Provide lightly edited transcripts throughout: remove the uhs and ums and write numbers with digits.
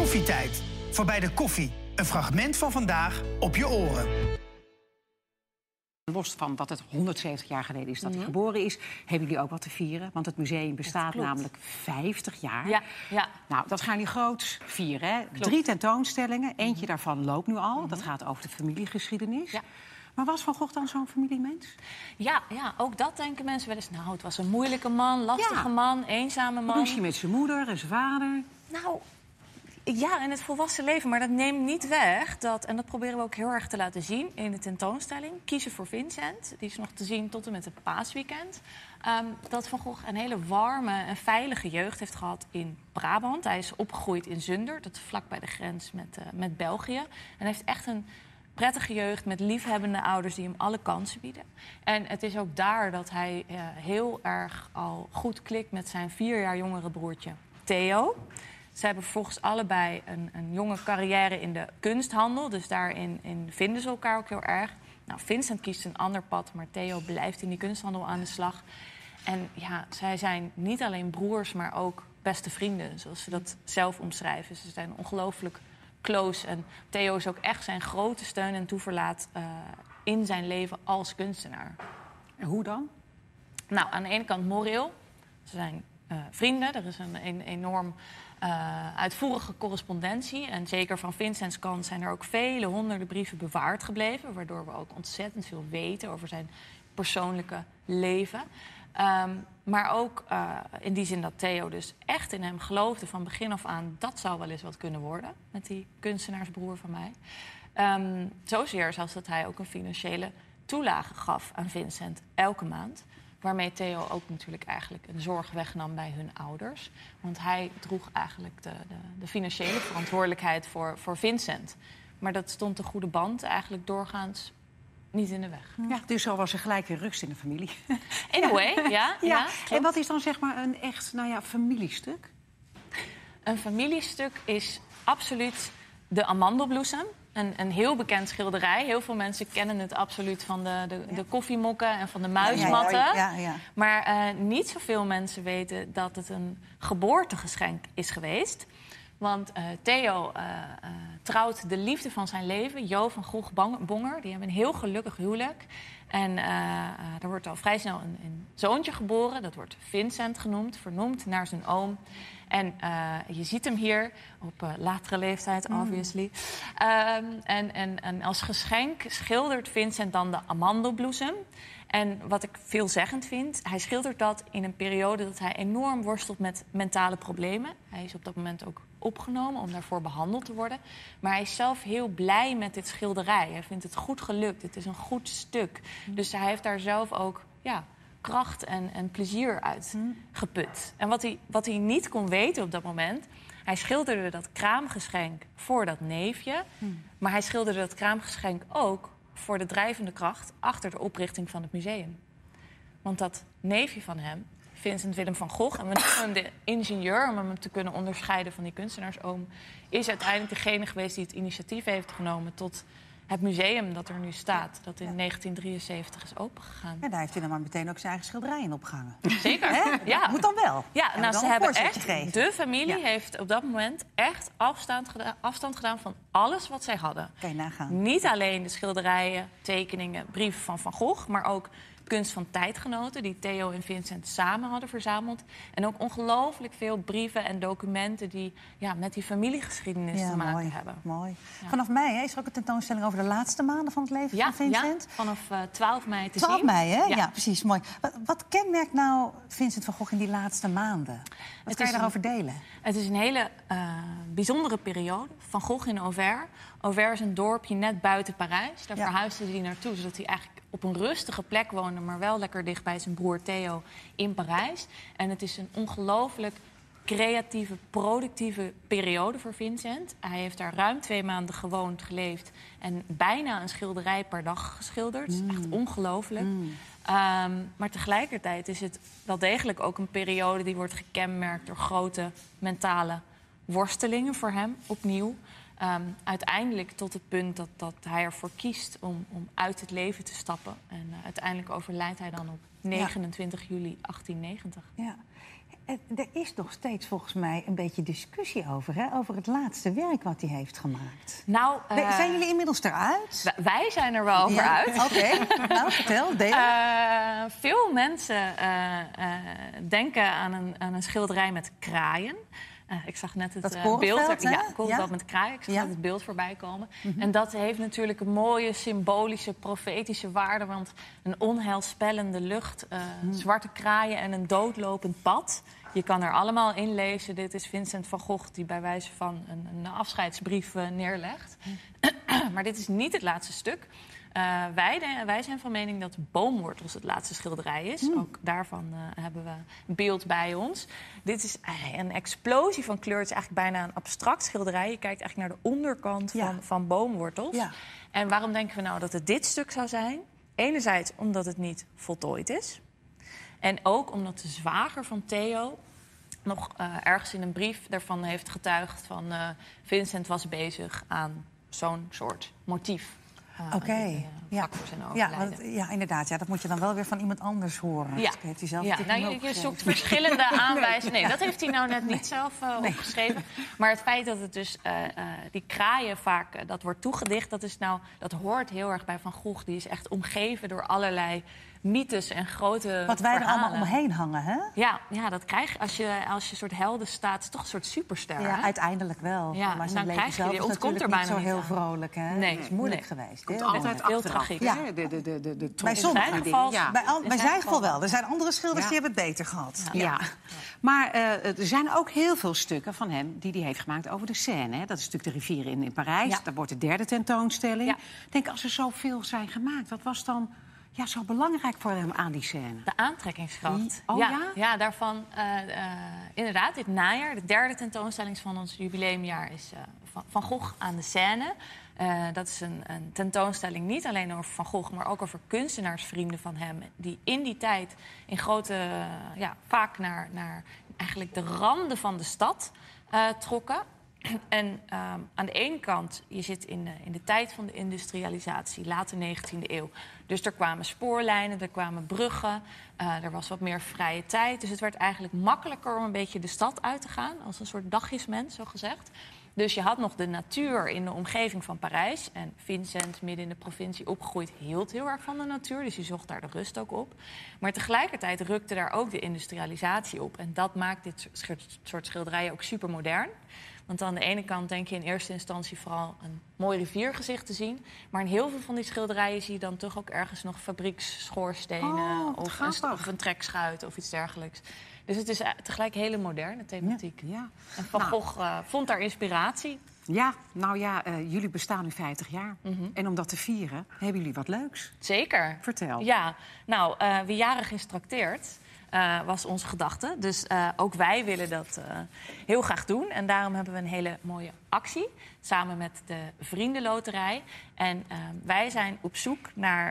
Koffietijd. Voorbij de koffie. Een fragment van vandaag op je oren. Los van dat het 170 jaar geleden is dat hij geboren is, hebben jullie ook wat te vieren. Want het museum bestaat namelijk 50 jaar. Ja. Nou, dat gaan jullie groot vieren, hè? 3 tentoonstellingen. Eentje daarvan loopt nu al. Dat gaat over de familiegeschiedenis. Ja. Maar was Van Gogh dan zo'n familiemens? Ja, ook dat denken mensen wel eens. Nou, het was een moeilijke man, lastige man, eenzame man. Ruzie met zijn moeder en zijn vader. Nou, ja, in het volwassen leven. Maar dat neemt niet weg dat, en dat proberen we ook heel erg te laten zien in de tentoonstelling, Kiezen voor Vincent. Die is nog te zien tot en met het paasweekend. Dat Van Gogh een hele warme en veilige jeugd heeft gehad in Brabant. Hij is opgegroeid in Zundert, dat is vlak bij de grens met België. En hij heeft echt een prettige jeugd met liefhebbende ouders die hem alle kansen bieden. En het is ook daar dat hij heel erg al goed klikt met zijn 4 jaar jongere broertje Theo. Ze hebben vervolgens allebei een jonge carrière in de kunsthandel. Dus daarin vinden ze elkaar ook heel erg. Nou, Vincent kiest een ander pad, maar Theo blijft in die kunsthandel aan de slag. En ja, zij zijn niet alleen broers, maar ook beste vrienden, zoals ze dat zelf omschrijven. Ze zijn ongelooflijk close. En Theo is ook echt zijn grote steun en toeverlaat in zijn leven als kunstenaar. En hoe dan? Nou, aan de ene kant moreel. Ze zijn vrienden. Er is een enorm uitvoerige correspondentie. En zeker van Vincents kant zijn er ook vele honderden brieven bewaard gebleven, waardoor we ook ontzettend veel weten over zijn persoonlijke leven. Maar ook in die zin dat Theo dus echt in hem geloofde van begin af aan, dat zou wel eens wat kunnen worden met die kunstenaarsbroer van mij. Zozeer zelfs dat hij ook een financiële toelage gaf aan Vincent elke maand. Waarmee Theo ook natuurlijk eigenlijk een zorg wegnam bij hun ouders. Want hij droeg eigenlijk de financiële verantwoordelijkheid voor Vincent. Maar dat stond de goede band eigenlijk doorgaans niet in de weg. Ja, dus zo was er gelijk weer rust in de familie. In a way, ja. En wat is dan zeg maar een echt familiestuk? Een familiestuk is absoluut de amandelbloesem. Een heel bekend schilderij. Heel veel mensen kennen het absoluut van de koffiemokken en van de muismatten. Ja. Maar niet zoveel mensen weten dat het een geboortegeschenk is geweest. Want Theo trouwt de liefde van zijn leven, Jo van Gogh-Bonger. Die hebben een heel gelukkig huwelijk. En er wordt al vrij snel een zoontje geboren. Dat wordt Vincent genoemd, vernoemd naar zijn oom. En je ziet hem hier op latere leeftijd, obviously. En als geschenk schildert Vincent dan de amandelbloesem. En wat ik veelzeggend vind, hij schildert dat in een periode dat hij enorm worstelt met mentale problemen. Hij is op dat moment ook opgenomen om daarvoor behandeld te worden. Maar hij is zelf heel blij met dit schilderij. Hij vindt het goed gelukt, het is een goed stuk. Dus hij heeft daar zelf ook kracht en plezier uit geput. En wat hij niet kon weten op dat moment, hij schilderde dat kraamgeschenk voor dat neefje. Maar hij schilderde dat kraamgeschenk ook voor de drijvende kracht achter de oprichting van het museum. Want dat neefje van hem, Vincent Willem van Gogh, en we noemen hem de ingenieur om hem te kunnen onderscheiden van die kunstenaarsoom, is uiteindelijk degene geweest die het initiatief heeft genomen tot het museum dat er nu staat, dat in 1973 is opengegaan. En daar heeft hij dan maar meteen ook zijn eigen schilderijen opgehangen. Zeker, Hè? ja. Moet dan wel. Ja, En nou, dan ze een hebben voorzetje echt, gegeven. de familie heeft op dat moment echt afstand gedaan van alles wat zij hadden. Kan je nagaan. Niet alleen de schilderijen, tekeningen, brieven van Van Gogh, maar ook kunst van tijdgenoten die Theo en Vincent samen hadden verzameld. En ook ongelooflijk veel brieven en documenten die met die familiegeschiedenis te maken hebben. Mooi. Ja. Vanaf mei is er ook een tentoonstelling over de laatste maanden van het leven van Vincent. Ja, vanaf 12 mei te 12 zien. mei, hè? Ja. Ja, precies. Mooi. Wat kenmerkt nou Vincent van Gogh in die laatste maanden? Wat kan je daarover delen? Het is een hele bijzondere periode. Van Gogh in Auvers. Auvers is een dorpje net buiten Parijs. Daar verhuisde hij naartoe, zodat hij eigenlijk op een rustige plek woonde, maar wel lekker dicht bij zijn broer Theo in Parijs. En het is een ongelooflijk creatieve, productieve periode voor Vincent. Hij heeft daar ruim 2 maanden gewoond, geleefd en bijna een schilderij per dag geschilderd. Dat is echt ongelooflijk. Maar tegelijkertijd is het wel degelijk ook een periode die wordt gekenmerkt door grote mentale worstelingen voor hem, opnieuw. Uiteindelijk tot het punt dat hij ervoor kiest om uit het leven te stappen. En uiteindelijk overlijdt hij dan op 29 juli 1890. Ja. Er is nog steeds volgens mij een beetje discussie over, hè? Over het laatste werk wat hij heeft gemaakt. Nou, zijn jullie inmiddels eruit? Wij zijn er wel over uit. Oké, nou vertel, deel. Veel mensen denken aan een schilderij met kraaien. Ik zag net het beeld. Korenveld met kraaien. Ik zag net het beeld voorbij komen. En dat heeft natuurlijk een mooie symbolische, profetische waarde. Want een onheilspellende lucht, zwarte kraaien en een doodlopend pad. Je kan er allemaal in lezen. Dit is Vincent van Gogh die bij wijze van een afscheidsbrief neerlegt. Maar dit is niet het laatste stuk. Wij zijn van mening dat Boomwortels het laatste schilderij is. Ook daarvan hebben we een beeld bij ons. Dit is een explosie van kleur. Het is eigenlijk bijna een abstract schilderij. Je kijkt eigenlijk naar de onderkant van Boomwortels. Ja. En waarom denken we nou dat het dit stuk zou zijn? Enerzijds omdat het niet voltooid is. En ook omdat de zwager van Theo nog ergens in een brief daarvan heeft getuigd van Vincent was bezig aan zo'n soort motief. Oké, ja, inderdaad. Ja, dat moet je dan wel weer van iemand anders horen. Ja, heeft hij zelf je zoekt verschillende aanwijzingen. Nee, dat heeft hij nou net niet zelf opgeschreven. Maar het feit dat het dus die kraaien vaak, dat wordt toegedicht, dat hoort heel erg bij Van Gogh. Die is echt omgeven door allerlei mythes en grote wat wij verhalen. er allemaal omheen hangen, hè? Ja, dat krijg je als je een soort helden staat. Is toch een soort superster. Ja, uiteindelijk wel. Ja, maar dan krijg je die ontkomt er bijna niet zo heel vrolijk, hè? Nee, het is moeilijk geweest. Het komt altijd veel tragiek. Ja. Bij sommige dingen. Bij zijn geval wel. Er zijn andere schilders die hebben het beter gehad. Ja. Maar er zijn ook heel veel stukken van hem die hij heeft gemaakt over de Seine. Hè? Dat is natuurlijk de rivier in Parijs. Ja. Dat wordt de derde tentoonstelling. Ja. Ik denk, als er zoveel zijn gemaakt, wat was dan zo belangrijk voor hem aan die scène? De aantrekkingskracht. Ja? Ja, daarvan inderdaad, dit najaar, de derde tentoonstelling van ons jubileumjaar is Van Gogh aan de Seine. Dat is een tentoonstelling niet alleen over Van Gogh, maar ook over kunstenaarsvrienden van hem, die in die tijd in grote, vaak naar eigenlijk de randen van de stad trokken. En aan de ene kant, je zit in de tijd van de industrialisatie, late 19e eeuw. Dus er kwamen spoorlijnen, er kwamen bruggen, er was wat meer vrije tijd. Dus het werd eigenlijk makkelijker om een beetje de stad uit te gaan, als een soort dagjesmens, zo gezegd. Dus je had nog de natuur in de omgeving van Parijs. En Vincent, midden in de provincie opgegroeid, hield heel erg van de natuur. Dus hij zocht daar de rust ook op. Maar tegelijkertijd rukte daar ook de industrialisatie op. En dat maakt dit soort schilderijen ook supermodern. Want aan de ene kant denk je in eerste instantie vooral een mooi riviergezicht te zien. Maar in heel veel van die schilderijen zie je dan toch ook ergens nog fabrieksschoorsstenen of een trekschuit of iets dergelijks. Dus het is tegelijk een hele moderne thematiek. Ja. En Van Gogh vond daar inspiratie. Ja, jullie bestaan nu 50 jaar. En om dat te vieren, hebben jullie wat leuks. Zeker. Vertel. Ja, wie jarig is trakteert, was onze gedachte. Dus ook wij willen dat heel graag doen. En daarom hebben we een hele mooie actie samen met de Vriendenloterij. En wij zijn op zoek naar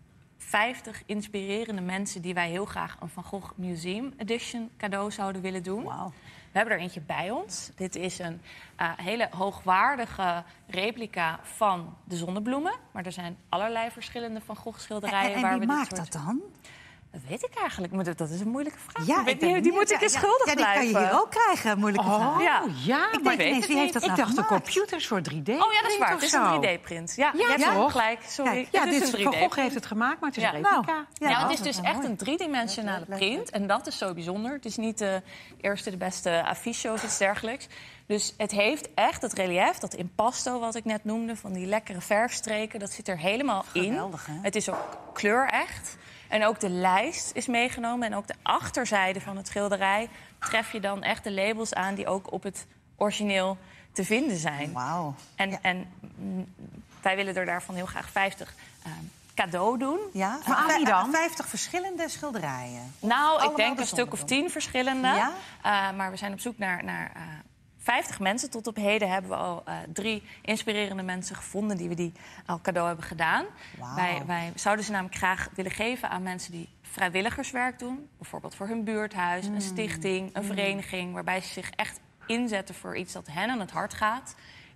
50 inspirerende mensen die wij heel graag een Van Gogh Museum Edition cadeau zouden willen doen. Wow. We hebben er eentje bij ons. Dit is een hele hoogwaardige replica van de zonnebloemen. Maar er zijn allerlei verschillende Van Gogh schilderijen. En wie maakt dat dan? Dat weet ik eigenlijk, maar dat is een moeilijke vraag. Ja, die moet ik eens schuldig blijven. Die kan je hier ook krijgen, moeilijke vraag. Ik denk ineens, wie heeft dat nou dacht de gemaakt? computers voor 3D. Oh ja, dat is waar. Het is een 3D-print. Ja, je hebt toch? gelijk. Sorry. Ja, het is een 3D. Van Gogh heeft het gemaakt, maar het is een replica. Het is dus echt een driedimensionale print. En dat is zo bijzonder. Het is niet de eerste, de beste affiche of iets dergelijks. Dus het heeft echt het relief, dat impasto wat ik net noemde, van die lekkere verfstreken, dat zit er helemaal in. Geweldig, hè? Het is ook kleurecht. En ook de lijst is meegenomen. En ook de achterzijde van het schilderij tref je dan echt de labels aan die ook op het origineel te vinden zijn. Wauw. En wij willen er daarvan heel graag 50 cadeau doen. Ja? Maar aan wie dan? 50 verschillende schilderijen. Ik denk een stuk of 10 verschillende. Ja? Maar we zijn op zoek naar 50 mensen. Tot op heden hebben we al 3 inspirerende mensen gevonden die we al cadeau hebben gedaan. Wow. Wij zouden ze namelijk graag willen geven aan mensen die vrijwilligerswerk doen. Bijvoorbeeld voor hun buurthuis, een stichting, een vereniging, waarbij ze zich echt inzetten voor iets dat hen aan het hart gaat.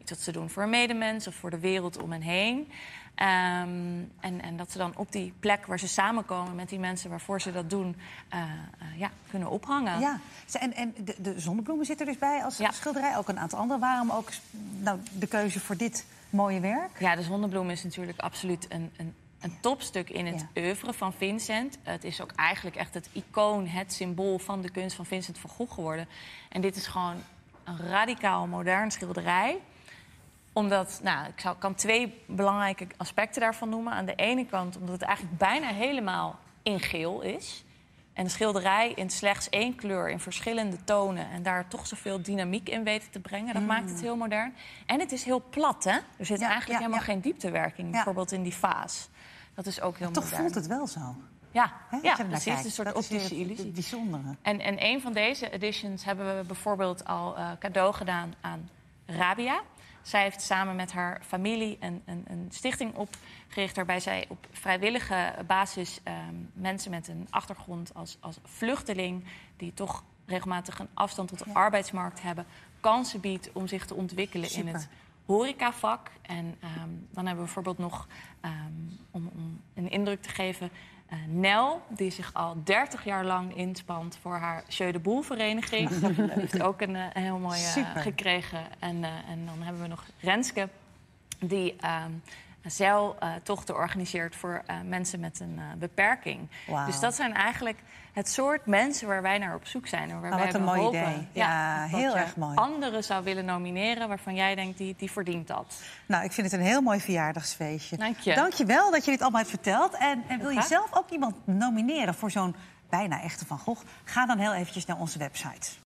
iets wat ze doen voor een medemens of voor de wereld om hen heen. En dat ze dan op die plek waar ze samenkomen met die mensen waarvoor ze dat doen, kunnen ophangen. Ja, en de zonnebloemen zitten er dus bij als schilderij. Ook een aantal andere. Waarom ook de keuze voor dit mooie werk? Ja, de zonnebloem is natuurlijk absoluut een topstuk in het oeuvre van Vincent. Het is ook eigenlijk echt het icoon, het symbool van de kunst van Vincent van Gogh geworden. En dit is gewoon een radicaal modern schilderij. Omdat, ik kan 2 belangrijke aspecten daarvan noemen. Aan de ene kant omdat het eigenlijk bijna helemaal in geel is. En de schilderij in slechts 1 kleur, in verschillende tonen, en daar toch zoveel dynamiek in weten te brengen. Dat maakt het heel modern. En het is heel plat, hè? Er zit eigenlijk helemaal geen dieptewerking, bijvoorbeeld in die vaas. Dat is ook heel modern. Toch voelt het wel zo. Ja, precies. Een soort optische illusie. Het bijzondere. En een van deze editions hebben we bijvoorbeeld al cadeau gedaan aan Rabia. Zij heeft samen met haar familie een stichting opgericht, waarbij zij op vrijwillige basis mensen met een achtergrond als vluchteling, die toch regelmatig een afstand tot de arbeidsmarkt hebben, kansen biedt om zich te ontwikkelen in het horecavak. En dan hebben we bijvoorbeeld nog, om een indruk te geven, Nel, die zich al 30 jaar lang inspant voor haar Jeu de Boel-vereniging. Die heeft ook een heel mooie gekregen. En dan hebben we nog Renske, die zeiltochten organiseert voor mensen met een beperking. Wow. Dus dat zijn eigenlijk het soort mensen waar wij naar op zoek zijn. En waarbij wat een mooi idee. Ja, heel erg mooi. Anderen zou willen nomineren waarvan jij denkt, die verdient dat. Nou, ik vind het een heel mooi verjaardagsfeestje. Dank je. Dank je wel dat je dit allemaal hebt verteld. En wil je zelf ook iemand nomineren voor zo'n bijna echte Van Gogh? Ga dan heel eventjes naar onze website.